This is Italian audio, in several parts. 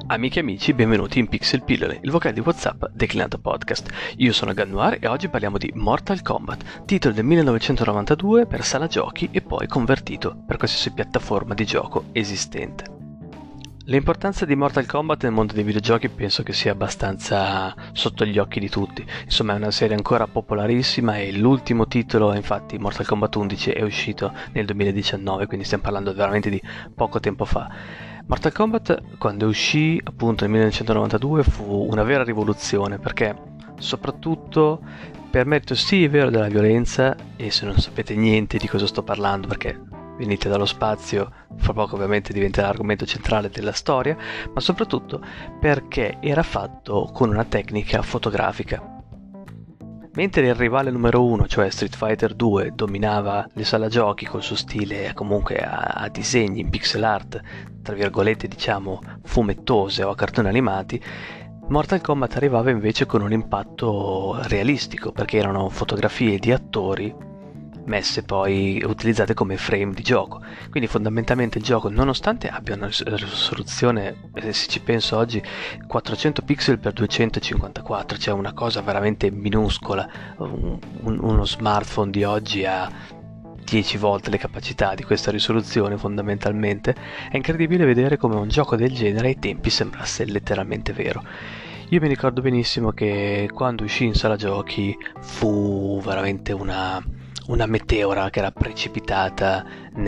Amiche e amici, benvenuti in Pixel Pillole, il vocale di WhatsApp declinato a podcast. Io sono Gannoir e oggi parliamo di Mortal Kombat, titolo del 1992 per sala giochi e poi convertito per qualsiasi piattaforma di gioco esistente. L'importanza di Mortal Kombat nel mondo dei videogiochi penso che sia abbastanza sotto gli occhi di tutti. Insomma, è una serie ancora popolarissima e l'ultimo titolo, infatti Mortal Kombat 11, è uscito nel 2019, quindi stiamo parlando veramente di poco tempo fa. Mortal Kombat, quando uscì appunto nel 1992, fu una vera rivoluzione perché soprattutto per merito sì è vero della violenza, e se non sapete niente di cosa sto parlando perché venite dallo spazio, fra poco ovviamente diventerà l'argomento centrale della storia, ma soprattutto perché era fatto con una tecnica fotografica. Mentre il rivale numero uno, cioè Street Fighter 2, dominava le sala giochi col suo stile comunque a disegni in pixel art, tra virgolette diciamo fumettose o a cartoni animati, Mortal Kombat arrivava invece con un impatto realistico, perché erano fotografie di attori messe poi utilizzate come frame di gioco. Quindi fondamentalmente il gioco, nonostante abbia una risoluzione, se ci penso oggi, 400 pixel per 254, cioè una cosa veramente minuscola, uno smartphone di oggi ha 10 volte le capacità di questa risoluzione fondamentalmente, è incredibile vedere come un gioco del genere ai tempi sembrasse letteralmente vero. Io mi ricordo benissimo che quando uscì in sala giochi fu veramente una meteora che era precipitata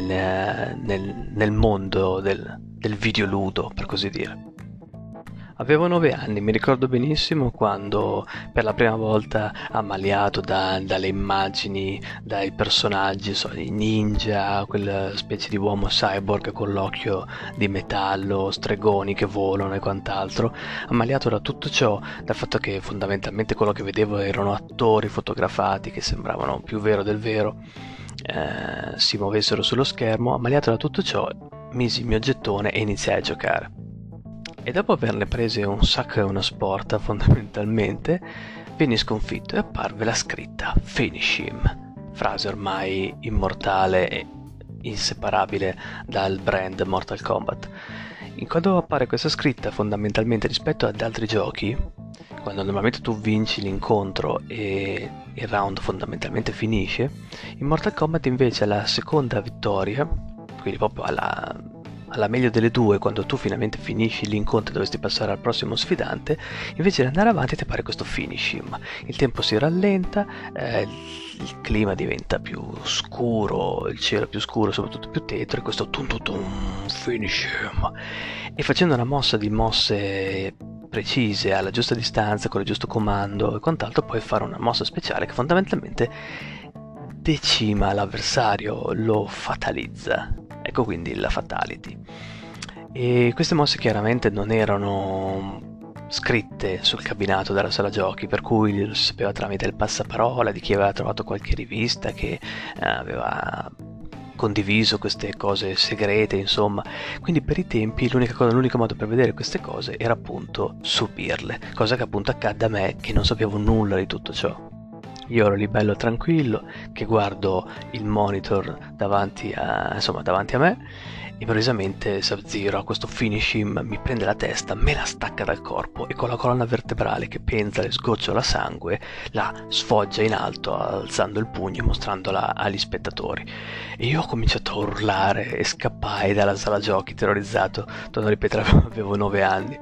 nel mondo del videoludo, per così dire. Avevo 9 anni, mi ricordo benissimo quando per la prima volta, ammaliato dalle immagini, dai personaggi, i ninja, quella specie di uomo cyborg con l'occhio di metallo, stregoni che volano e quant'altro, ammaliato da tutto ciò, dal fatto che fondamentalmente quello che vedevo erano attori fotografati che sembravano più vero del vero, si muovessero sullo schermo, ammaliato da tutto ciò, misi il mio gettone e iniziai a giocare. E dopo averne prese un sacco e una sporta fondamentalmente, venni sconfitto e apparve la scritta Finish him, frase ormai immortale e inseparabile dal brand Mortal Kombat. Quando appare questa scritta, fondamentalmente rispetto ad altri giochi, quando normalmente tu vinci l'incontro e il round fondamentalmente finisce, in Mortal Kombat invece alla seconda vittoria, quindi proprio alla meglio delle due, quando tu finalmente finisci l'incontro e dovresti passare al prossimo sfidante, invece di andare avanti ti appare questo finish him. Il tempo si rallenta, il clima diventa più scuro, il cielo più scuro, soprattutto più tetro, e questo tum tum tum, finish him. E facendo una mosse precise, alla giusta distanza, con il giusto comando e quant'altro, puoi fare una mossa speciale che fondamentalmente decima l'avversario, lo fatalizza. Ecco quindi la fatality. E queste mosse chiaramente non erano scritte sul cabinato della sala giochi, per cui lo si sapeva tramite il passaparola di chi aveva trovato qualche rivista che aveva condiviso queste cose segrete, insomma. Quindi per i tempi l'unico modo per vedere queste cose era appunto subirle, cosa che appunto accadde a me che non sapevo nulla di tutto ciò. Io ero lì bello tranquillo, che guardo il monitor davanti a me, e improvvisamente Sub-Zero a questo finish him mi prende la testa, me la stacca dal corpo e con la colonna vertebrale che penza e sgocciola sangue la sfoggia in alto alzando il pugno e mostrandola agli spettatori. E io ho cominciato a urlare e scappai dalla sala giochi terrorizzato, torno a ripetere, avevo 9 anni.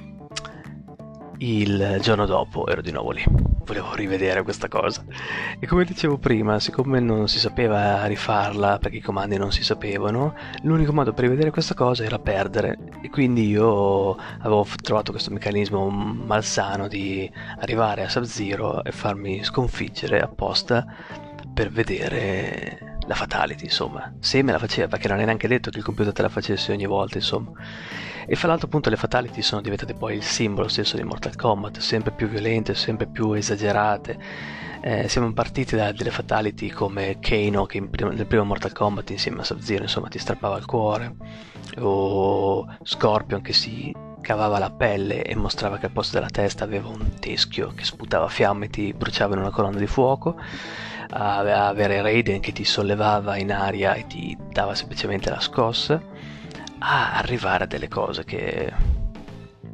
Il giorno dopo ero di nuovo lì, volevo rivedere questa cosa e come dicevo prima, siccome non si sapeva rifarla perché i comandi non si sapevano, l'unico modo per rivedere questa cosa era perdere, e quindi io avevo trovato questo meccanismo malsano di arrivare a Sub-Zero e farmi sconfiggere apposta per vedere la fatality, insomma, se me la faceva, perché non è neanche detto che il computer te la facesse ogni volta, insomma. E fra l'altro appunto le fatality sono diventate poi il simbolo stesso di Mortal Kombat, sempre più violente, sempre più esagerate. Siamo partiti da delle fatality come Kano, che nel primo Mortal Kombat insieme a Sub-Zero insomma ti strappava il cuore, o Scorpion che si cavava la pelle e mostrava che al posto della testa aveva un teschio che sputava fiamme e ti bruciava in una colonna di fuoco, a avere Raiden che ti sollevava in aria e ti dava semplicemente la scossa, a arrivare a delle cose che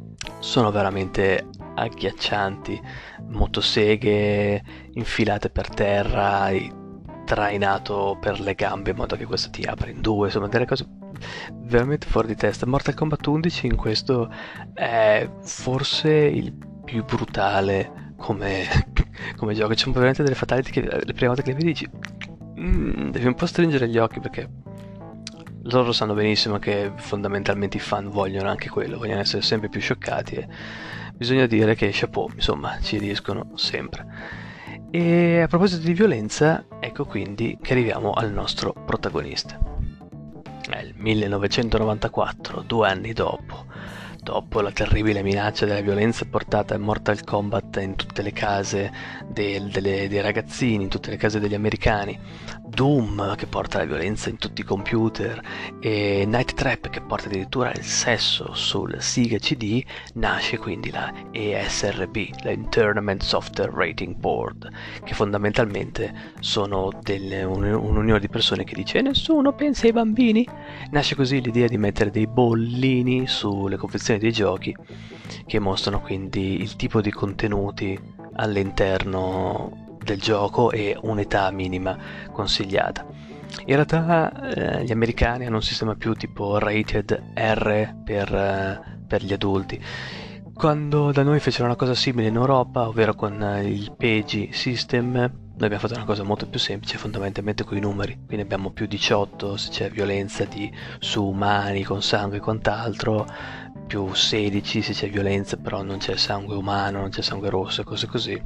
sono veramente agghiaccianti, motoseghe infilate per terra, trainato per le gambe in modo che questo ti apra in due, insomma delle cose veramente fuori di testa. Mortal Kombat 11 in questo è forse il più brutale come, come gioco. C'è veramente delle fatality che le prime volte che le vedi dici devi un po' stringere gli occhi, perché loro sanno benissimo che fondamentalmente i fan vogliono anche quello, vogliono essere sempre più scioccati, e bisogna dire che chapeau, insomma, ci riescono sempre. E a proposito di violenza, ecco quindi che arriviamo al nostro protagonista. È il 1994, 2 anni dopo la terribile minaccia della violenza portata in Mortal Kombat in tutte le case dei ragazzini, in tutte le case degli americani, Doom che porta la violenza in tutti i computer e Night Trap che porta addirittura il sesso sul Sega CD, nasce quindi la ESRB, la Tournament Software Rating Board, che fondamentalmente sono un'unione di persone che dice nessuno pensa ai bambini. Nasce così l'idea di mettere dei bollini sulle confezioni dei giochi che mostrano quindi il tipo di contenuti all'interno del gioco e un'età minima consigliata. In realtà gli americani hanno un sistema più tipo rated R per gli adulti. Quando da noi fecero una cosa simile in Europa, ovvero con il PEGI System, noi abbiamo fatto una cosa molto più semplice, fondamentalmente con i numeri. Quindi abbiamo più 18 se c'è violenza su umani con sangue e quant'altro, più 16 se c'è violenza però non c'è sangue umano, non c'è sangue rosso e cose così,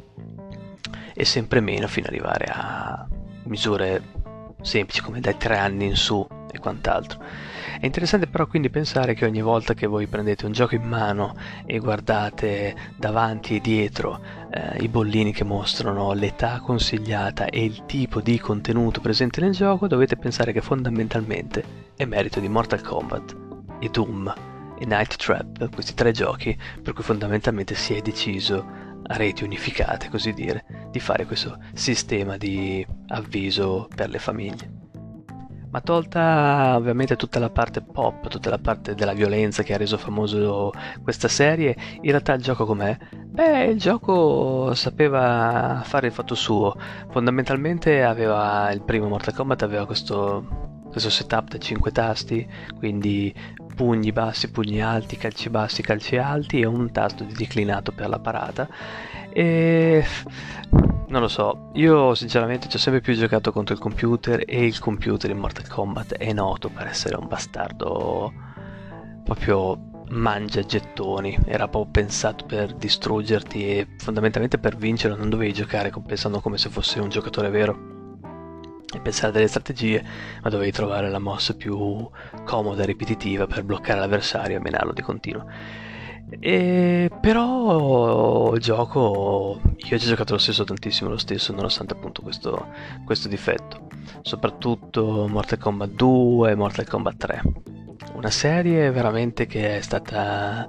e sempre meno fino ad arrivare a misure semplici come dai 3 anni in su e quant'altro. È interessante però quindi pensare che ogni volta che voi prendete un gioco in mano e guardate davanti e dietro i bollini che mostrano l'età consigliata e il tipo di contenuto presente nel gioco, dovete pensare che fondamentalmente è merito di Mortal Kombat e Doom e Night Trap, questi 3 giochi per cui fondamentalmente si è deciso a reti unificate, così dire, di fare questo sistema di avviso per le famiglie. Ma tolta ovviamente tutta la parte pop, tutta la parte della violenza che ha reso famoso questa serie, in realtà il gioco com'è? Beh, il gioco sapeva fare il fatto suo. Fondamentalmente il primo Mortal Kombat aveva questo setup da 5 tasti, quindi pugni bassi, pugni alti, calci bassi, calci alti e un tasto di declinato per la parata. E non lo so, io sinceramente ci ho sempre più giocato contro il computer, e il computer in Mortal Kombat è noto per essere un bastardo proprio mangia gettoni, era proprio pensato per distruggerti e fondamentalmente per vincere non dovevi giocare pensando come se fossi un giocatore vero e pensare a delle strategie, ma dovevi trovare la mossa più comoda e ripetitiva per bloccare l'avversario e menarlo di continuo. Però il gioco io ci ho giocato lo stesso tantissimo lo stesso, nonostante appunto questo difetto, soprattutto Mortal Kombat 2 e Mortal Kombat 3, una serie veramente che è stata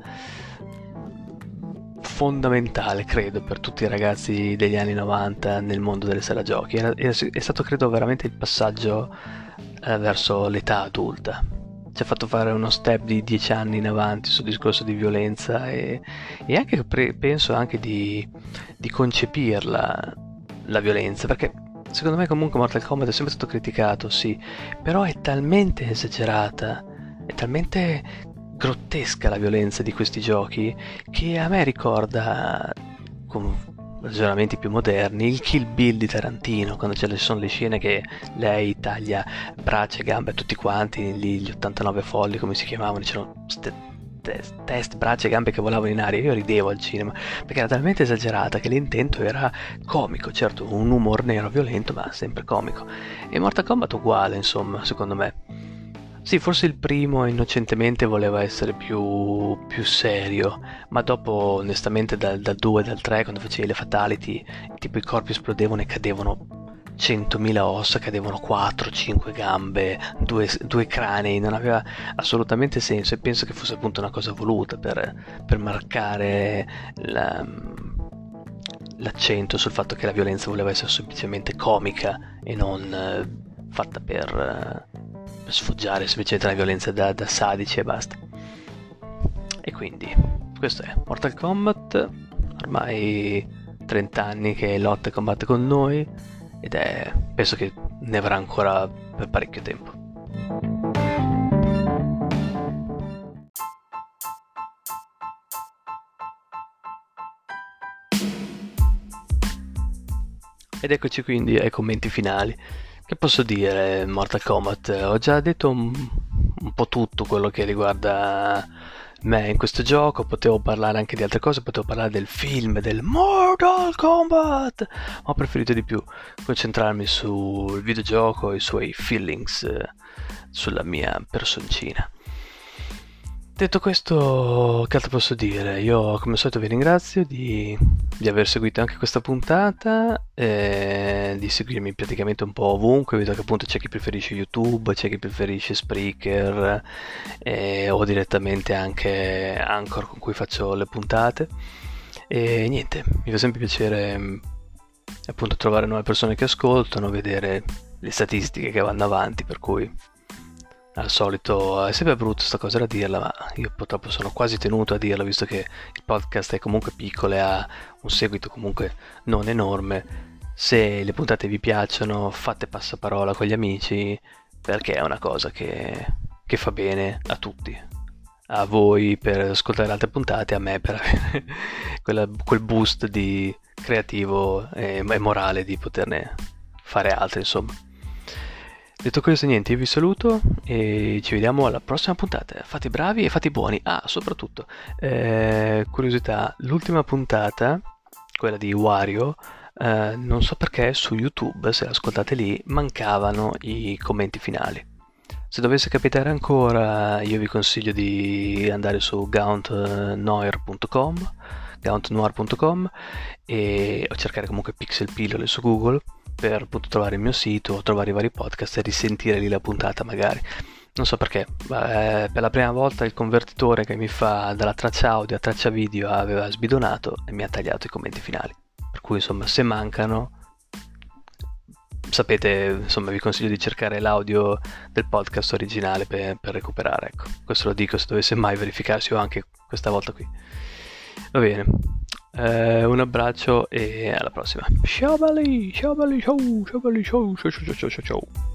fondamentale, credo, per tutti i ragazzi degli anni 90 nel mondo delle sala giochi. È stato, credo, veramente il passaggio verso l'età adulta. Ci ha fatto fare uno step di 10 anni in avanti sul discorso di violenza e anche penso anche di concepirla la violenza, perché secondo me comunque Mortal Kombat è sempre stato criticato, sì, però è talmente esagerata, è talmente grottesca la violenza di questi giochi che a me ricorda, con ragionamenti più moderni, il Kill Bill di Tarantino, quando ci sono le scene che lei taglia braccia e gambe a tutti quanti, gli 89 folli come si chiamavano, c'erano teste, braccia e gambe che volavano in aria. Io ridevo al cinema perché era talmente esagerata che l'intento era comico, certo un humor nero violento ma sempre comico, e Mortal Kombat uguale, insomma, secondo me. Sì, forse il primo innocentemente voleva essere più serio, ma dopo onestamente dal 2 e dal 3, quando facevi le fatality, tipo i corpi esplodevano e cadevano 100.000 ossa, cadevano 4-5 gambe, due cranei, non aveva assolutamente senso, e penso che fosse appunto una cosa voluta per marcare l'accento sul fatto che la violenza voleva essere semplicemente comica e non fatta per sfoggiare semplicemente la violenza da sadici e basta. E quindi questo è Mortal Kombat, ormai 30 anni che lotta e combatte con noi penso che ne avrà ancora per parecchio tempo. Ed eccoci quindi ai commenti finali. Che posso dire, Mortal Kombat? Ho già detto un po' tutto quello che riguarda me in questo gioco, potevo parlare anche di altre cose, potevo parlare del film, del Mortal Kombat, ma ho preferito di più concentrarmi sul videogioco e i suoi feelings, sulla mia personcina. Detto questo, che altro posso dire? Io come al solito vi ringrazio di aver seguito anche questa puntata, di seguirmi praticamente un po' ovunque. Vedo che appunto c'è chi preferisce YouTube, c'è chi preferisce Spreaker, o direttamente anche Anchor con cui faccio le puntate. E niente, mi fa sempre piacere appunto trovare nuove persone che ascoltano, vedere le statistiche che vanno avanti, per cui al solito è sempre brutto sta cosa da dirla, ma io purtroppo sono quasi tenuto a dirlo, visto che il podcast è comunque piccolo e ha un seguito comunque non enorme. Se le puntate vi piacciono, fate passaparola con gli amici, perché è una cosa che fa bene a tutti. A voi per ascoltare altre puntate, a me per avere quel boost di creativo e morale di poterne fare altre, insomma. Detto questo, niente, io vi saluto e ci vediamo alla prossima puntata. Fate bravi e fate buoni. Ah, soprattutto, curiosità, l'ultima puntata, quella di Wario, non so perché su YouTube, se l'ascoltate lì, mancavano i commenti finali. Se dovesse capitare ancora, io vi consiglio di andare su gauntnoir.com e cercare comunque Pixel Pillole su Google per appunto trovare il mio sito, trovare i vari podcast e risentire lì la puntata magari. Non so perché, per la prima volta il convertitore che mi fa dalla traccia audio a traccia video aveva sbidonato e mi ha tagliato i commenti finali. Per cui insomma, se mancano, sapete, insomma, vi consiglio di cercare l'audio del podcast originale per recuperare, ecco. Questo lo dico se dovesse mai verificarsi o anche questa volta qui. Va bene. Un abbraccio e alla prossima. Ciao belli, ciao belli, ciao, ciao belli, ciao, ciao, ciao, ciao, ciao, ciao.